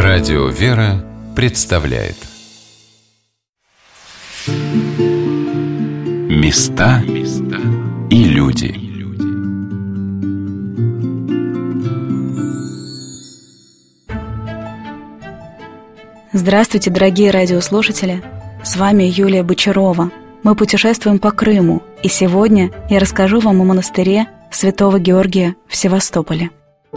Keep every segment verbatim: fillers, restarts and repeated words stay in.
Радио «Вера» представляет Места и люди. Здравствуйте, дорогие радиослушатели! С вами Юлия Бочарова. Мы путешествуем по Крыму, и сегодня я расскажу вам о монастыре Святого Георгия в Севастополе.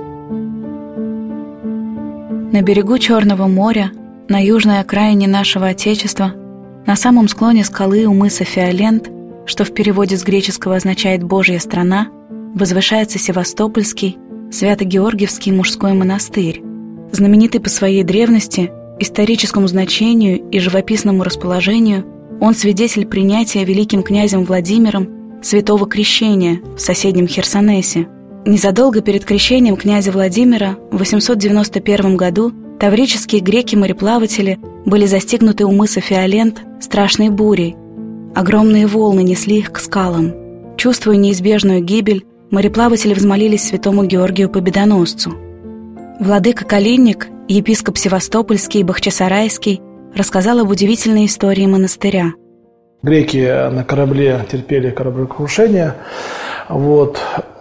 На берегу Черного моря, на южной окраине нашего Отечества, на самом склоне скалы у мыса Фиолент, что в переводе с греческого означает «Божья страна», возвышается Севастопольский Свято-Георгиевский мужской монастырь, знаменитый по своей древности, историческому значению и живописному расположению. Он свидетель принятия великим князем Владимиром святого крещения в соседнем Херсонесе. Незадолго перед крещением князя Владимира в восемьсот девяносто первом году таврические греки-мореплаватели были застигнуты у мыса Фиолент страшной бурей. Огромные волны несли их к скалам. Чувствуя неизбежную гибель, мореплаватели взмолились святому Георгию Победоносцу. Владыка Калинник, епископ Севастопольский и Бахчисарайский, рассказал об удивительной истории монастыря. Греки на корабле терпели кораблекрушение. Вот.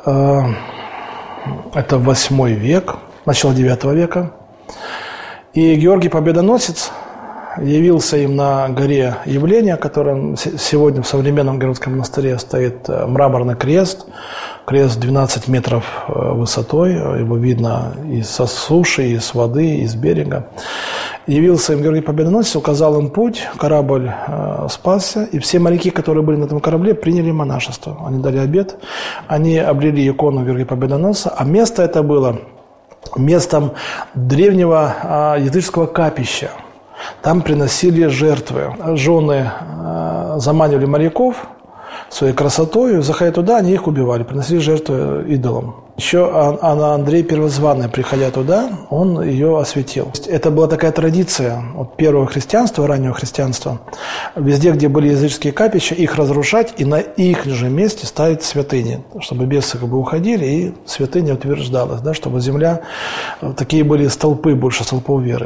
Это восьмой век, начало девятого века. И Георгий Победоносец явился им на горе Явления, которая сегодня в современном Георгиевском монастыре стоит мраморный крест, крест двенадцать метров высотой, его видно и со суши, и с воды, и с берега. Явился им Георгий Победоносец, указал им путь, корабль э, спасся, и все моряки, которые были на этом корабле, приняли монашество. Они дали обет, они обрели икону Георгия Победоносца, а место это было местом древнего э, языческого капища. Там приносили жертвы. Жены э, заманивали моряков своей красотой, заходя туда, они их убивали, приносили жертвы идолам. Еще Анна Андрей Первозванный, приходя туда, он ее осветил. Это была такая традиция от первого христианства, раннего христианства. Везде, где были языческие капища, их разрушать и на их же месте ставить святыни, чтобы бесы как бы уходили, и святыня утверждалась, да, чтобы земля, такие были столпы, больше столпов веры.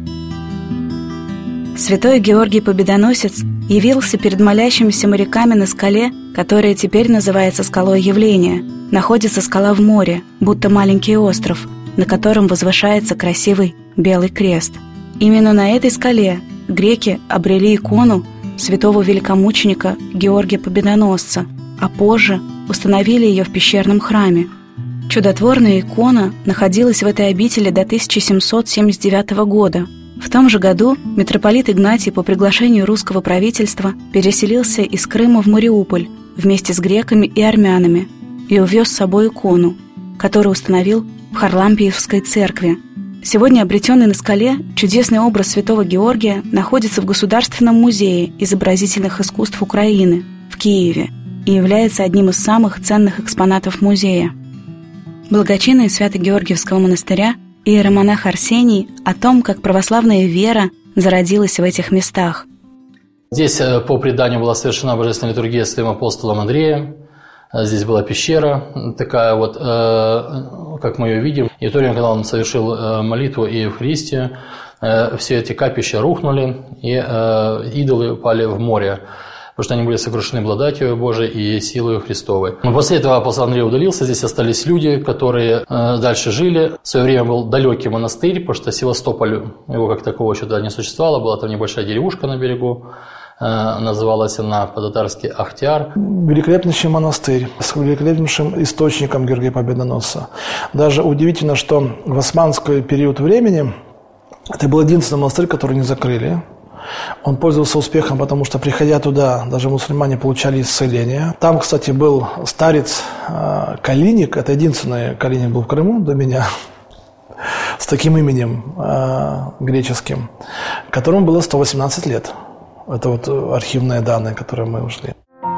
Святой Георгий Победоносец явился перед молящимися моряками на скале, которая теперь называется скалой Явления. Находится скала в море, будто маленький остров, на котором возвышается красивый белый крест. Именно на этой скале греки обрели икону святого великомученика Георгия Победоносца, а позже установили ее в пещерном храме. Чудотворная икона находилась в этой обители до тысяча семьсот семьдесят девятого года. В том же году митрополит Игнатий по приглашению русского правительства переселился из Крыма в Мариуполь вместе с греками и армянами и увез с собой икону, которую установил в Харлампиевской церкви. Сегодня обретенный на скале чудесный образ святого Георгия находится в Государственном музее изобразительных искусств Украины в Киеве и является одним из самых ценных экспонатов музея. Благочинный Свято-Георгиевского монастыря иеромонах Арсений о том, как православная вера зародилась в этих местах. Здесь, по преданию, была совершена божественная литургия святым апостолом Андреем. Здесь была пещера, такая вот, как мы ее видим. И в то время, когда он совершил молитву и Евхаристию, все эти капища рухнули, и идолы упали в море, потому что они были сокрушены благодатью Божией и силой Христовой. Но после этого апостол Андрей удалился, здесь остались люди, которые э, дальше жили. В свое время был далекий монастырь, потому что Севастополь, его как такового что-то не существовало, была там небольшая деревушка на берегу, э, называлась она по-татарски Ахтиар. Великолепнейший монастырь с великолепнейшим источником Георгия Победоносца. Даже удивительно, что в османский период времени это был единственный монастырь, который не закрыли. Он пользовался успехом, потому что, приходя туда, даже мусульмане получали исцеление. Там, кстати, был старец э, Калинник, это единственный Калинник был в Крыму до меня, с таким именем э, греческим, которому было сто восемнадцать лет. Это вот архивные данные, которые мы ушли.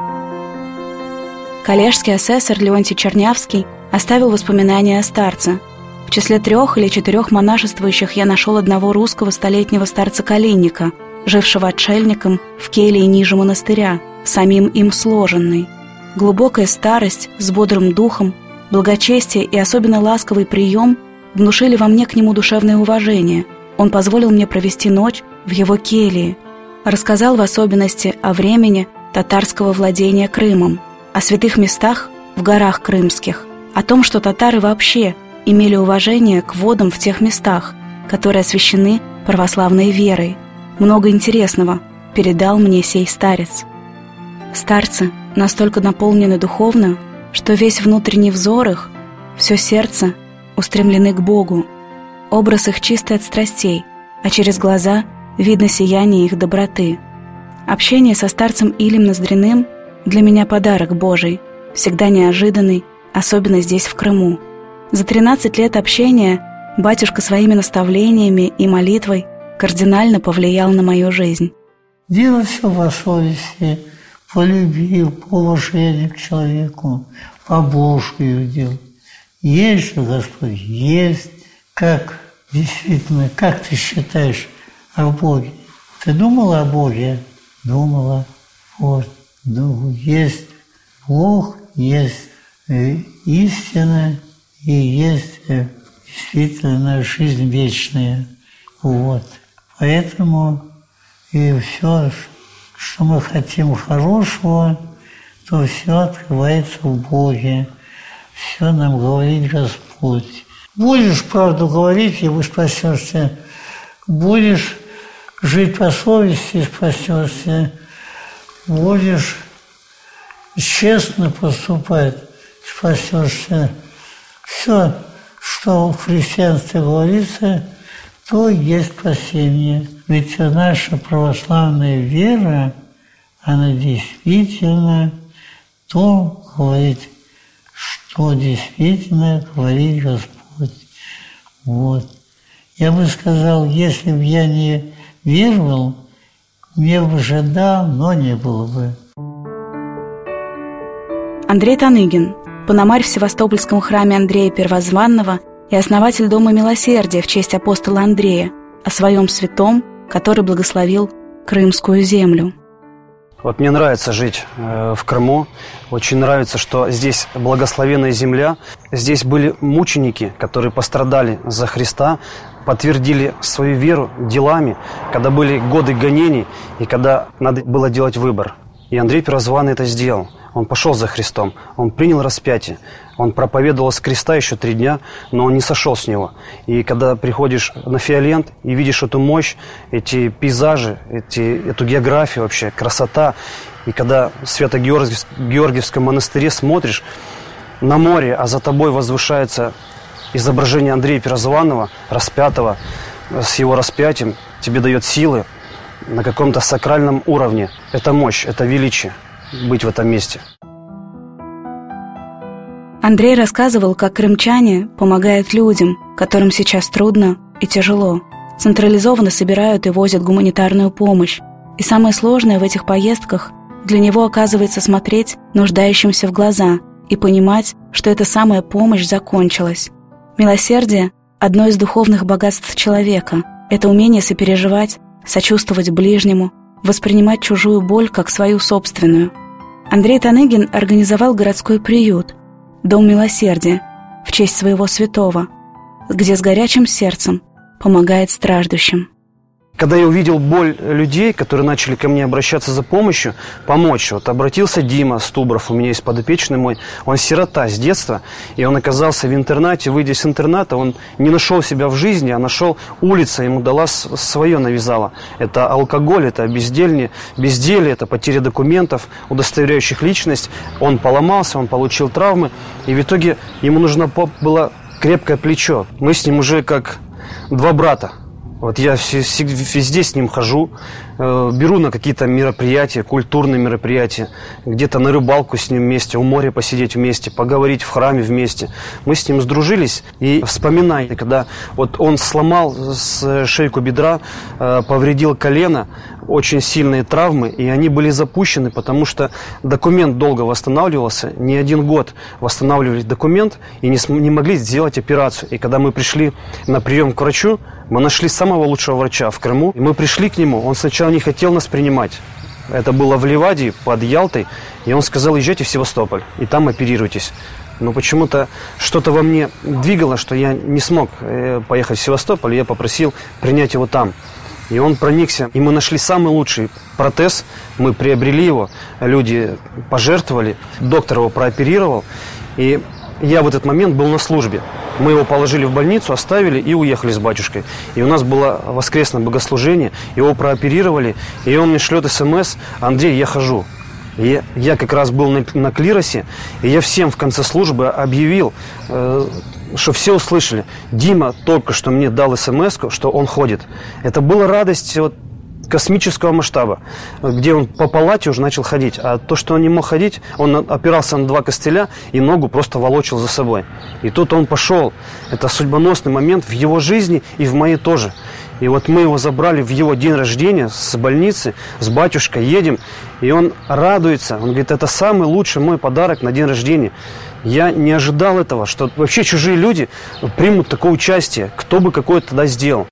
Коллежский асессор Леонтий Чернявский оставил воспоминания о старце. В числе трех или четырех монашествующих я нашел одного русского столетнего старца Калинника, жившего отшельником в келье ниже монастыря, самим им сложенной. Глубокая старость с бодрым духом, благочестие и особенно ласковый прием внушили во мне к нему душевное уважение. Он позволил мне провести ночь в его келье, рассказал в особенности о времени татарского владения Крымом, о святых местах в горах крымских, о том, что татары вообще имели уважение к водам в тех местах, которые освящены православной верой. Много интересного передал мне сей старец. Старцы настолько наполнены духовно, что весь внутренний взор их, все сердце устремлены к Богу. Образ их чистый от страстей, а через глаза видно сияние их доброты. Общение со старцем Илем Ноздряным для меня подарок Божий, всегда неожиданный, особенно здесь, в Крыму. За тринадцать лет общения батюшка своими наставлениями и молитвой кардинально повлиял на мою жизнь. Делай все по совести, по любви, по уважению к человеку, по Божию делай. Есть же Господь, есть. Как действительно, как ты считаешь о Боге? Ты думала о Боге? Думала. Вот. Ну, есть Бог, есть э, истина и есть э, действительно жизнь вечная. Вот. Поэтому и все, что мы хотим хорошего, то все открывается в Боге. Все нам говорит Господь. Будешь правду говорить, и вы спасешься. Будешь жить по совести, спасешься. Будешь честно поступать, спасешься. Все, что в христианстве говорится, то есть спасение. Ведь наша православная вера, она действительно то говорит, что действительно говорит Господь. Вот. Я бы сказал, если бы я не веровал, мне бы же давно не было бы. Андрей Таныгин, пономарь в Севастопольском храме Андрея Первозванного и основатель Дома Милосердия в честь апостола Андрея, о своем святом, который благословил крымскую землю. Вот мне нравится жить э, в Крыму. Очень нравится, что здесь благословенная земля. Здесь были мученики, которые пострадали за Христа, подтвердили свою веру делами, когда были годы гонений и когда надо было делать выбор. И Андрей Первозванный это сделал. Он пошел за Христом, он принял распятие, он проповедовал с креста еще три дня, но он не сошел с него. И когда приходишь на Фиолент и видишь эту мощь, эти пейзажи, эти, эту географию вообще, красота, и когда в Свято-Георгиевском монастыре смотришь на море, а за тобой возвышается изображение Андрея Первозванного, распятого, с его распятием, тебе дает силы на каком-то сакральном уровне. Это мощь, это величие. Быть в этом месте. Андрей рассказывал, как крымчане помогают людям, которым сейчас трудно и тяжело. Централизованно собирают и возят гуманитарную помощь. И самое сложное в этих поездках для него оказывается смотреть нуждающимся в глаза и понимать, что эта самая помощь закончилась. Милосердие – одно из духовных богатств человека. Это умение сопереживать, сочувствовать ближнему, воспринимать чужую боль как свою собственную. Андрей Таныгин организовал городской приют «Дом Милосердия» в честь своего святого, где с горячим сердцем помогает страждущим. Когда я увидел боль людей, которые начали ко мне обращаться за помощью, помочь, вот обратился Дима Стубров, у меня есть подопечный мой, он сирота с детства, и он оказался в интернате, выйдя с интерната, он не нашел себя в жизни, а нашел улица, ему дала свое, навязала. Это алкоголь, это безделье, безделье, это потеря документов, удостоверяющих личность. Он поломался, он получил травмы, и в итоге ему нужно было крепкое плечо. Мы с ним уже как два брата. Вот я везде с ним хожу, э, беру на какие-то мероприятия, культурные мероприятия, где-то на рыбалку с ним вместе, у моря посидеть вместе, поговорить в храме вместе. Мы с ним сдружились и вспоминаю, когда вот он сломал с шейку бедра, э, повредил колено, очень сильные травмы, и они были запущены, потому что документ долго восстанавливался, не один год восстанавливали документ и не, не могли сделать операцию. И когда мы пришли на прием к врачу, мы нашли самого лучшего врача в Крыму, и мы пришли к нему, он сначала не хотел нас принимать. Это было в Ливаде, под Ялтой, и он сказал: езжайте в Севастополь, и там оперируйтесь. но почему-то что-то во мне двигало, что я не смог поехать в Севастополь, и я попросил принять его там. И он проникся, и мы нашли самый лучший протез, мы приобрели его, люди пожертвовали, доктор его прооперировал, и я в этот момент был на службе. Мы его положили в больницу, оставили и уехали с батюшкой. И у нас было воскресное богослужение, его прооперировали, и он мне шлет смс: «Андрей, я хожу». И я как раз был на, на клиросе, и я всем в конце службы объявил, э, что все услышали: Дима только что мне дал смс, что он ходит. Это была радость вот космического масштаба, где он по палате уже начал ходить. А то, что он не мог ходить, он опирался на два костыля и ногу просто волочил за собой. И тут он пошел. Это судьбоносный момент в его жизни и в моей тоже. И вот мы его забрали в его день рождения с больницы, с батюшкой едем, и он радуется. Он говорит: это самый лучший мой подарок на день рождения. Я не ожидал этого, что вообще чужие люди примут такое участие, кто бы какое тогда сделал.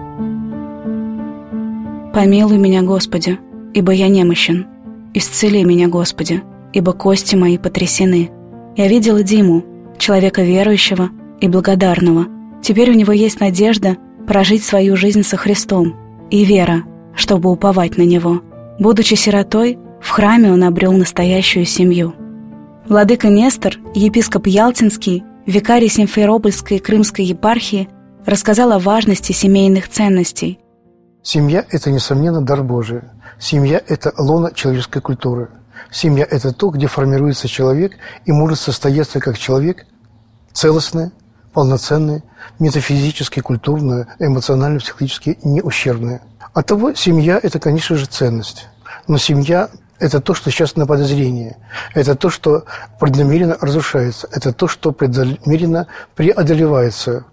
«Помилуй меня, Господи, ибо я немощен. Исцели меня, Господи, ибо кости мои потрясены. Я видела Диму, человека верующего и благодарного. Теперь у него есть надежда прожить свою жизнь со Христом и вера, чтобы уповать на Него. Будучи сиротой, в храме он обрел настоящую семью». Владыка Нестор, епископ Ялтинский, викарий Симферопольской и Крымской епархии, рассказал о важности семейных ценностей. Семья – это, несомненно, дар Божий. Семья – это лоно человеческой культуры. Семья – это то, где формируется человек и может состояться как человек целостный, полноценный, метафизически, культурно, эмоционально, психологически не ущербный. Оттого семья – это, конечно же, ценность. Но семья – это то, что сейчас на подозрении. Это то, что преднамеренно разрушается. Это то, что преднамеренно преодолевается.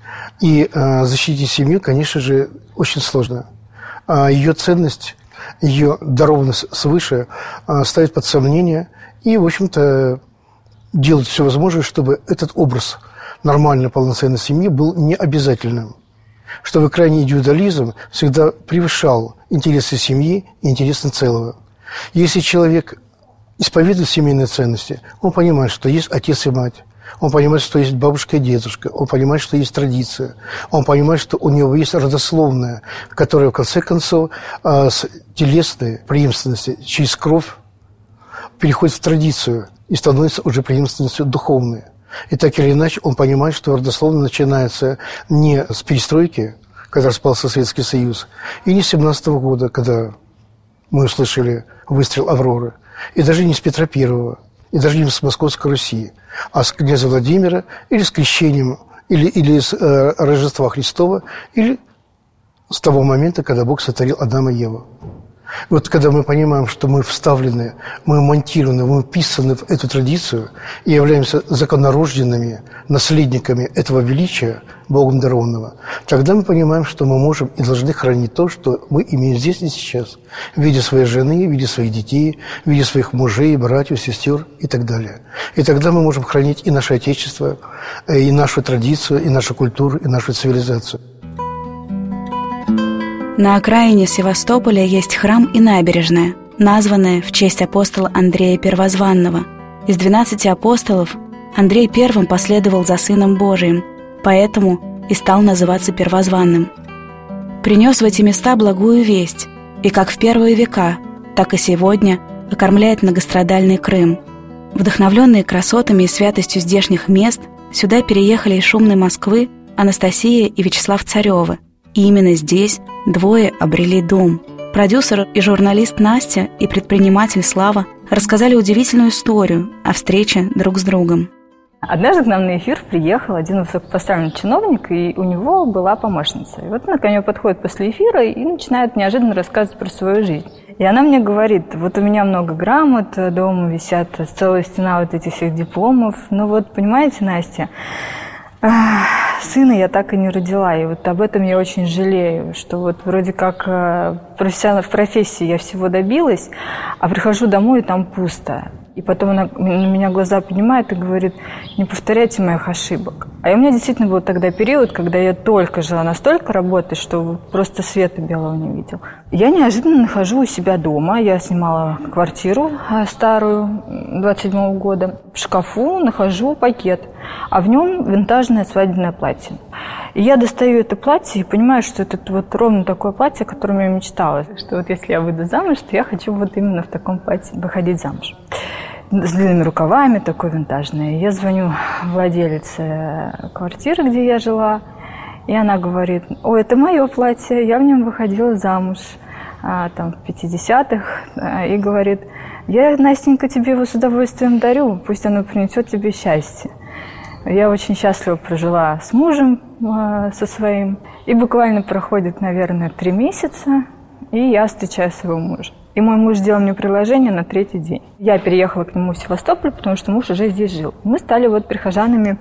И э, защитить семью, конечно же, очень сложно. А ее ценность, ее дарованность свыше э, ставит под сомнение и, в общем-то, делать все возможное, чтобы этот образ нормальной, полноценной семьи был необязательным. Чтобы крайний индивидуализм всегда превышал интересы семьи и интересы целого. Если человек исповедует семейные ценности, он понимает, что есть отец и мать. Он понимает, что есть бабушка и дедушка. Он понимает, что есть традиция. Он понимает, что у него есть родословная, которая, в конце концов, с телесной преемственности через кровь переходит в традицию и становится уже преемственностью духовной. И так или иначе он понимает, что родословная начинается не с перестройки, когда распался Советский Союз, и не с семнадцатого года, когда мы услышали выстрел «Авроры», и даже не с Петра Первого, и даже не с Московской Руси, а с князя Владимира, или с крещением, или, или с э, Рождества Христова, или с того момента, когда Бог сотворил Адама и Еву. Вот когда мы понимаем, что мы вставлены, мы монтированы, мы вписаны в эту традицию и являемся законорожденными наследниками этого величия, Богом дарованного, тогда мы понимаем, что мы можем и должны хранить то, что мы имеем здесь и сейчас, в виде своей жены, в виде своих детей, в виде своих мужей, братьев, сестер и так далее. И тогда мы можем хранить и наше Отечество, и нашу традицию, и нашу культуру, и нашу цивилизацию. На окраине Севастополя есть храм и набережная, названная в честь апостола Андрея Первозванного. Из двенадцати апостолов Андрей первым последовал за Сыном Божиим, поэтому и стал называться Первозванным. Принес в эти места благую весть, и как в первые века, так и сегодня окормляет многострадальный Крым. Вдохновленные красотами и святостью здешних мест, сюда переехали из шумной Москвы Анастасия и Вячеслав Царевы. И именно здесь двое обрели дом. Продюсер и журналист Настя и предприниматель Слава рассказали удивительную историю о встрече друг с другом. Однажды к нам на эфир приехал один высокопоставленный чиновник, и у него была помощница. И вот она ко мне подходит после эфира и начинает неожиданно рассказывать про свою жизнь. И она мне говорит: вот у меня много грамот, дома висят целая стена вот этих всех дипломов. Ну вот, понимаете, Настя, сына я так и не родила, и вот об этом я очень жалею, что вот вроде как профессионально в профессии я всего добилась, а прихожу домой, и там пусто. И потом она на меня глаза поднимает и говорит: не повторяйте моих ошибок. А у меня действительно был тогда период, когда я только жила настолько работой, что просто света белого не видел. Я неожиданно нахожу у себя дома. Я снимала квартиру старую двадцать седьмого года. В шкафу нахожу пакет, а в нем винтажное свадебное платье. И я достаю это платье и понимаю, что это вот ровно такое платье, о котором я мечтала. Что вот если я выйду замуж, то я хочу вот именно в таком платье выходить замуж. С длинными рукавами, такой винтажный. Я звоню владелице квартиры, где я жила, и она говорит: ой, это мое платье, я в нем выходила замуж а, там, в пятидесятых, а, и говорит: я, Настенька, тебе его с удовольствием дарю, пусть оно принесет тебе счастье. Я очень счастливо прожила с мужем, а, со своим, и буквально проходит, наверное, три месяца, и я встречаю своего мужа. И мой муж сделал мне предложение на третий день. Я переехала к нему в Севастополь, потому что муж уже здесь жил. Мы стали вот прихожанами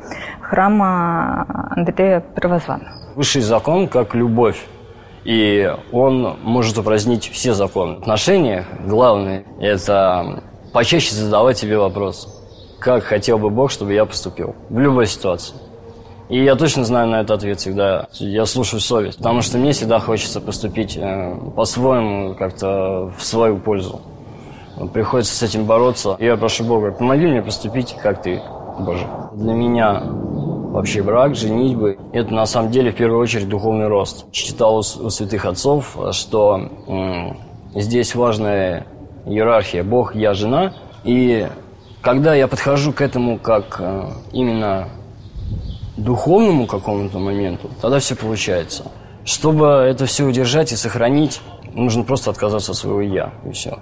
храма Андрея Первозванного. Высший закон как любовь. И он может упразднить все законы. В отношениях главное – это почаще задавать себе вопрос: как хотел бы Бог, чтобы я поступил в любой ситуации. И я точно знаю на этот ответ всегда. Я слушаю совесть, потому что мне всегда хочется поступить э, по-своему, как-то в свою пользу. Приходится с этим бороться. И я прошу Бога: помоги мне поступить, как Ты, Боже. Для меня вообще брак, женитьбы – это на самом деле в первую очередь духовный рост. Читал у, у святых отцов, что э, здесь важная иерархия: Бог, я, жена. И когда я подхожу к этому как э, именно духовному какому-то моменту, тогда все получается. Чтобы это все удержать и сохранить, нужно просто отказаться от своего «я», и все.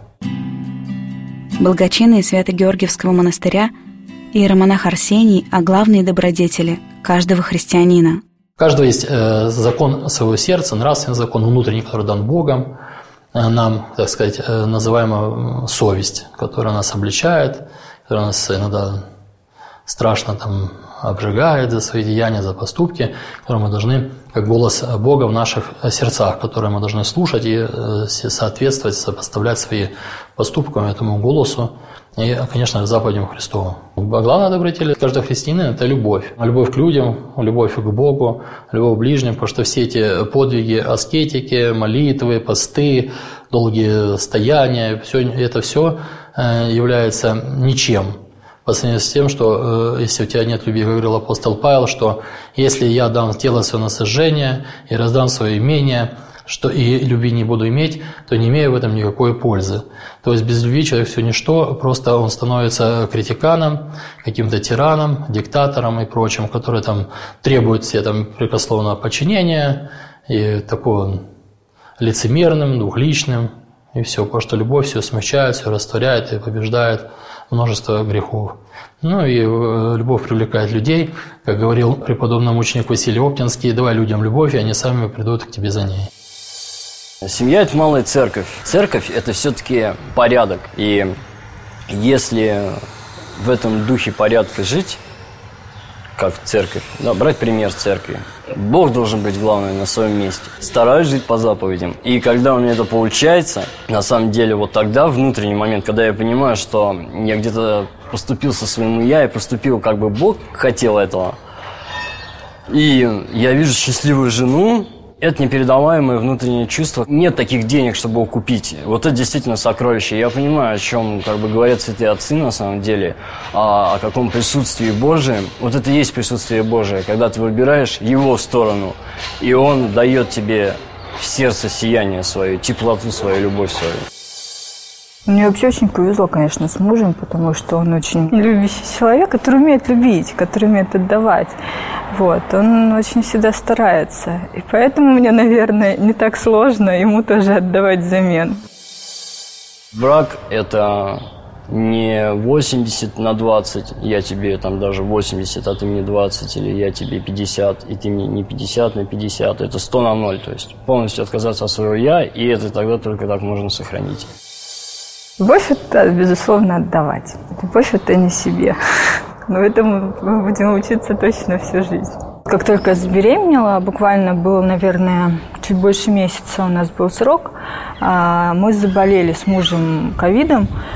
Благочинные Свято-Георгиевского монастыря иеромонах Арсений о главной добродетели каждого христианина. У каждого есть э, закон своего сердца, нравственный закон внутренний, который дан Богом, э, нам, так сказать, э, называемая совесть, которая нас обличает, которая нас иногда страшно там обжигает за свои деяния, за поступки, которые мы должны, как голос Бога в наших сердцах, которые мы должны слушать и соответствовать, сопоставлять свои поступки этому голосу и, конечно, заповедям Христову. Главная добродетель каждого христианина – это любовь. Любовь к людям, любовь к Богу, любовь к ближним, потому что все эти подвиги аскетики, молитвы, посты, долгие стояния, все, это все является ничем по сравнению с тем, что э, если у тебя нет любви, как говорил апостол Павел, что если я дам тело свое на сожжение и раздам свое имение, что и любви не буду иметь, то не имею в этом никакой пользы. То есть без любви человек все ничто, просто он становится критиканом, каким-то тираном, диктатором и прочим, который там требует себе там прекословного подчинения и такого лицемерным, двухличным, и все, потому что любовь все смягчает, все растворяет и побеждает множество грехов. Ну и любовь привлекает людей. Как говорил преподобный мученик Василий Оптинский: давай людям любовь, и они сами придут к тебе за ней. Семья – это малая церковь. Церковь – это все-таки порядок. И если в этом духе порядка жить, как церковь, да, брать пример церкви, Бог должен быть главным на своем месте. Стараюсь жить по заповедям. И когда у меня это получается, на самом деле, вот тогда внутренний момент, когда я понимаю, что я где-то поступил со своим «я» и поступил, как бы Бог хотел этого, и я вижу счастливую жену, это непередаваемое внутреннее чувство. Нет таких денег, чтобы его купить. Вот это действительно сокровище. Я понимаю, о чем как бы говорят святые отцы на самом деле, о, о каком присутствии Божьем. Вот это и есть присутствие Божие, когда ты выбираешь Его сторону, и Он дает тебе в сердце сияние свое, теплоту свою, любовь свою. Мне вообще очень повезло, конечно, с мужем, потому что он очень любящий человек, который умеет любить, который умеет отдавать. Вот. Он очень всегда старается. И поэтому мне, наверное, не так сложно ему тоже отдавать взамен. Брак – это не восемьдесят на двадцать, я тебе там даже восемьдесят, а ты мне двадцать, или я тебе пятьдесят, и ты мне не пятьдесят на пятьдесят. Это сто на ноль, то есть полностью отказаться от своего «я», и это тогда только так можно сохранить. Любовь – это, безусловно, отдавать. Любовь – это не себе. Но этому мы будем учиться точно всю жизнь. Как только я забеременела, буквально было, наверное, чуть больше месяца у нас был срок, мы заболели с мужем ковидом.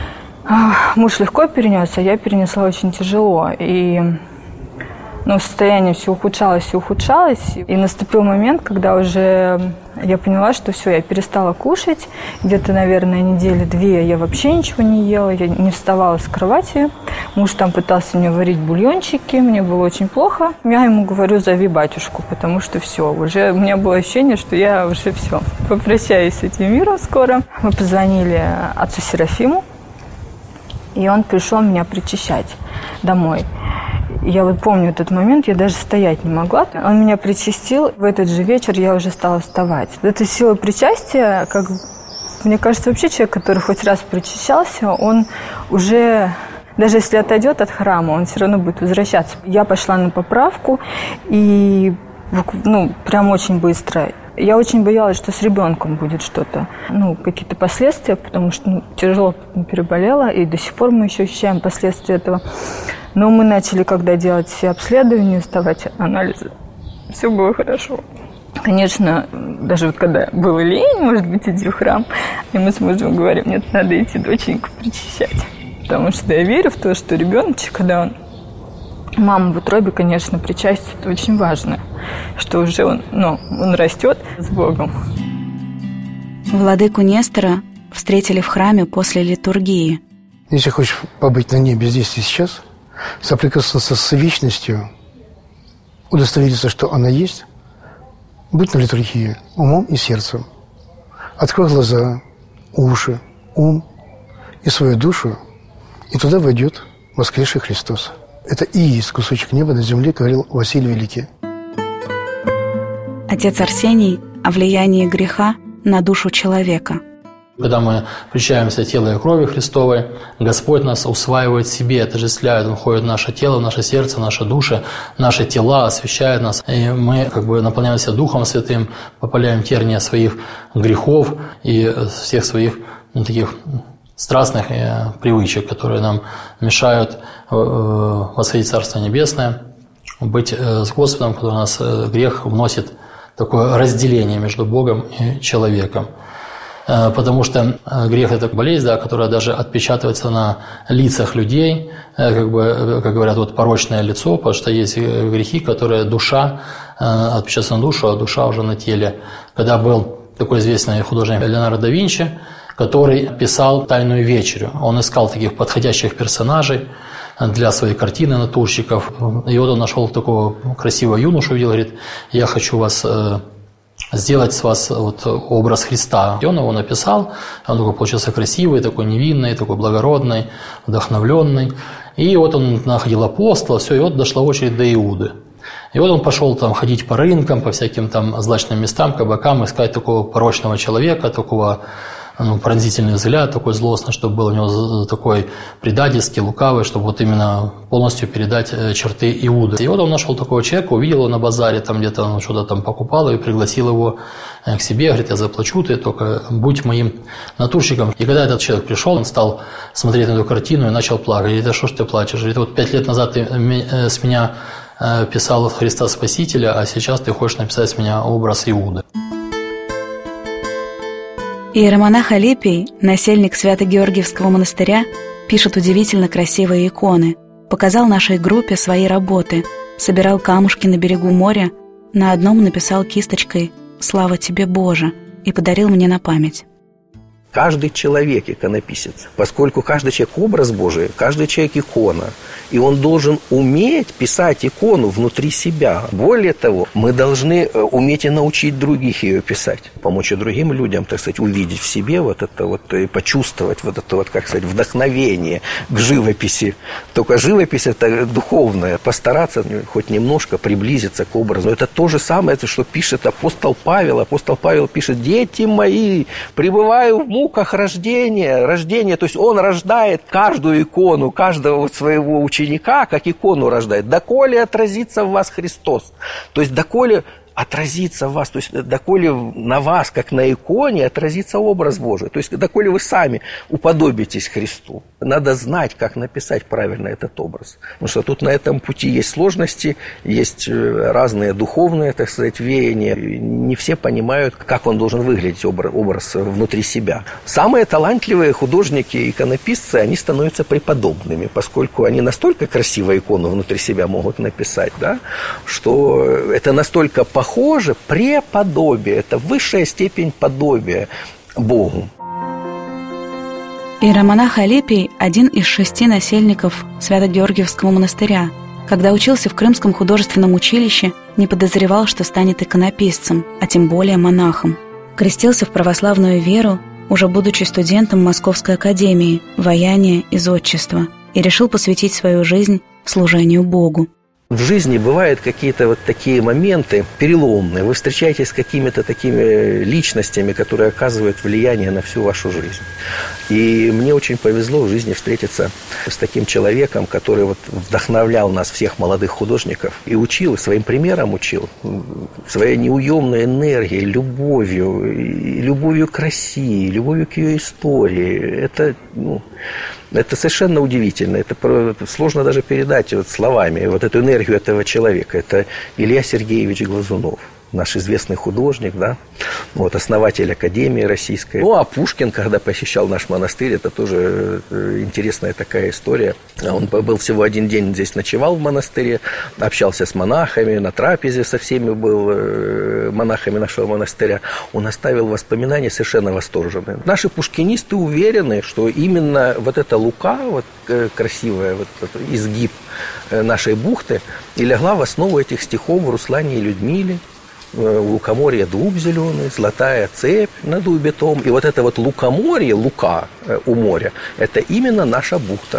Муж легко перенес, а я перенесла очень тяжело. И ну, состояние все ухудшалось и ухудшалось. И наступил момент, когда уже я поняла, что все, я перестала кушать. Где-то, наверное, недели две я вообще ничего не ела, я не вставала с кровати. Муж там пытался мне варить бульончики, мне было очень плохо. Я ему говорю, зови батюшку, потому что все, уже у меня было ощущение, что я уже все, попрощаюсь с этим миром скоро. Мы позвонили отцу Серафиму, и он пришел меня причащать домой. Я вот помню этот момент, я даже стоять не могла. Он меня причастил, в этот же вечер я уже стала вставать. Эта сила причастия, как мне кажется, вообще человек, который хоть раз причащался, он уже, даже если отойдет от храма, он все равно будет возвращаться. Я пошла на поправку, и ну, прям очень быстро. Я очень боялась, что с ребенком будет что-то, ну, какие-то последствия, потому что ну, тяжело переболела, и до сих пор мы еще ощущаем последствия этого. Но мы начали, когда делать все обследования, сдавать анализы, все было хорошо. Конечно, даже вот когда было лень, может быть, иди в храм, и мы с мужем говорим, нет, надо идти доченьку причащать. Потому что я верю в то, что ребеночек, когда он мама в утробе, конечно, причастие – это очень важно, что уже он, ну, он растет с Богом. Владыку Нестора встретили в храме после литургии. Если хочешь побыть на небе здесь и сейчас, соприкоснуться с вечностью, удостовериться, что она есть, быть на литургии умом и сердцем. Открой глаза, уши, ум и свою душу, и туда войдет воскресший Христос. Это и есть кусочек неба на земле, говорил Василий Великий. Отец Арсений о влиянии греха на душу человека. Когда мы причащаемся тела и крови Христовой, Господь нас усваивает себе, отождествляет, Он входит в наше тело, в наше сердце, в наши души, наши тела, освящает нас. И мы как бы наполняемся Духом Святым, попаляем терния своих грехов и всех своих ну, таких страстных привычек, которые нам мешают восходить в Царство Небесное, быть с Господом, когда у нас грех вносит такое разделение между Богом и человеком. Потому что грех – это болезнь, да, которая даже отпечатывается на лицах людей, как бы, как говорят, вот порочное лицо, потому что есть грехи, которые душа отпечатывается на душу, а душа уже на теле. Когда был такой известный художник Леонардо да Винчи, который писал «Тайную вечерю». Он искал таких подходящих персонажей для своей картины натурщиков. И вот он нашел такого красивого юношу, видел, говорит, я хочу вас сделать с вас вот образ Христа. И он его написал, он такой получился красивый, такой невинный, такой благородный, вдохновленный. И вот он находил апостола, все, и вот дошла очередь до Иуды. И вот он пошел там ходить по рынкам, по всяким там злачным местам, кабакам, искать такого порочного человека, такого ну, пронзительный взгляд, такой злостный, чтобы был у него такой предательский, лукавый, чтобы вот именно полностью передать черты Иуды. И вот он нашел такого человека, увидел его на базаре, там где-то он что-то там покупал, и пригласил его к себе, говорит, я заплачу, ты только будь моим натурщиком. И когда этот человек пришел, он стал смотреть на эту картину и начал плакать. Говорит, а что ж ты плачешь? Говорит, вот пять лет назад ты с меня писал Христа Спасителя, а сейчас ты хочешь написать с меня образ Иуды. Иеромонах Алипий, насельник Свято-Георгиевского монастыря, пишет удивительно красивые иконы, показал нашей группе свои работы, собирал камушки на берегу моря, на одном написал кисточкой «Слава тебе, Боже» и подарил мне на память. Каждый человек иконописец, поскольку каждый человек образ Божий, каждый человек икона. И он должен уметь писать икону внутри себя. Более того, мы должны уметь и научить других ее писать. Помочь и другим людям, так сказать, увидеть в себе вот это вот, и почувствовать вот это вот, как сказать, вдохновение к живописи. Только живопись это духовная. Постараться хоть немножко приблизиться к образу. Это то же самое, что пишет апостол Павел. Апостол Павел пишет: «Дети мои, пребываю в муках рождения». Рождение, то есть он рождает каждую икону, каждого вот своего ученика, как икону рождает. «Доколе отразится в вас Христос». То есть доколе отразится в вас, то есть доколе на вас, как на иконе, отразится образ Божий, то есть доколе вы сами уподобитесь Христу. Надо знать, как написать правильно этот образ, потому что тут на этом пути есть сложности, есть разные духовные, так сказать, веяния, не все понимают, как он должен выглядеть, образ внутри себя. Самые талантливые художники, иконописцы, они становятся преподобными, поскольку они настолько красиво икону внутри себя могут написать, да, что это настолько похоже, преподобие, это высшая степень подобия Богу. Иеромонах Алипий – один из шести насельников Свято-Георгиевского монастыря. Когда учился в Крымском художественном училище, не подозревал, что станет иконописцем, а тем более монахом. Крестился в православную веру, уже будучи студентом Московской академии, ваяния и зодчества, и решил посвятить свою жизнь служению Богу. В жизни бывают какие-то вот такие моменты переломные. Вы встречаетесь с какими-то такими личностями, которые оказывают влияние на всю вашу жизнь. И мне очень повезло в жизни встретиться с таким человеком, который вот вдохновлял нас, всех молодых художников, и учил, и своим примером учил, своей неуемной энергией, любовью, и любовью к России, любовью к ее истории. Это, ну, это совершенно удивительно. Это сложно даже передать вот словами вот эту энергию этого человека. Это Илья Сергеевич Глазунов, наш известный художник, да, вот, основатель Академии Российской. Ну, а Пушкин, когда посещал наш монастырь, это тоже интересная такая история. Он был всего один день здесь, ночевал в монастыре, общался с монахами, на трапезе со всеми был, монахами нашего монастыря. Он оставил воспоминания совершенно восторженные. Наши пушкинисты уверены, что именно вот эта лука, вот красивая, вот изгиб нашей бухты, и легла в основу этих стихов в Руслане и Людмиле. Лукоморье дуб зеленый, золотая цепь на дубе том. И вот это вот лукоморье, лука у моря, это именно наша бухта.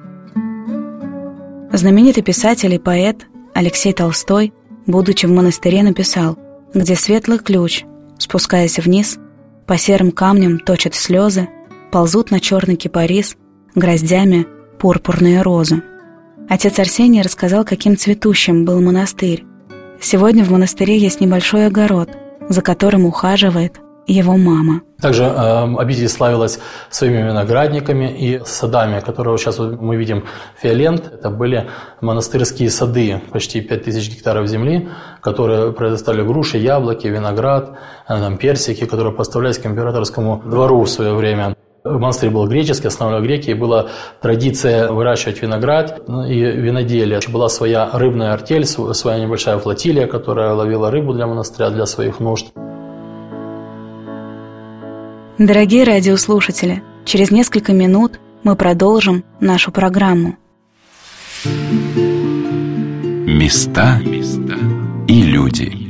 Знаменитый писатель и поэт Алексей Толстой, будучи в монастыре, написал: «Где светлый ключ, спускаясь вниз, по серым камням точат слезы, ползут на черный кипарис гроздями пурпурные розы». Отец Арсений рассказал, каким цветущим был монастырь. Сегодня в монастыре есть небольшой огород, за которым ухаживает его мама. Также э, обитель славилась своими виноградниками и садами, которые сейчас вот мы видим фиолент. Это были монастырские сады, почти пять тысяч гектаров земли, которые предоставили груши, яблоки, виноград, э, там, персики, которые поставлялись к императорскому двору в свое время. Монастырь был греческий, основной греки, и была традиция выращивать виноград и виноделие. Была своя рыбная артель, своя небольшая флотилия, которая ловила рыбу для монастыря, для своих нужд. Дорогие радиослушатели, через несколько минут мы продолжим нашу программу. Места и люди.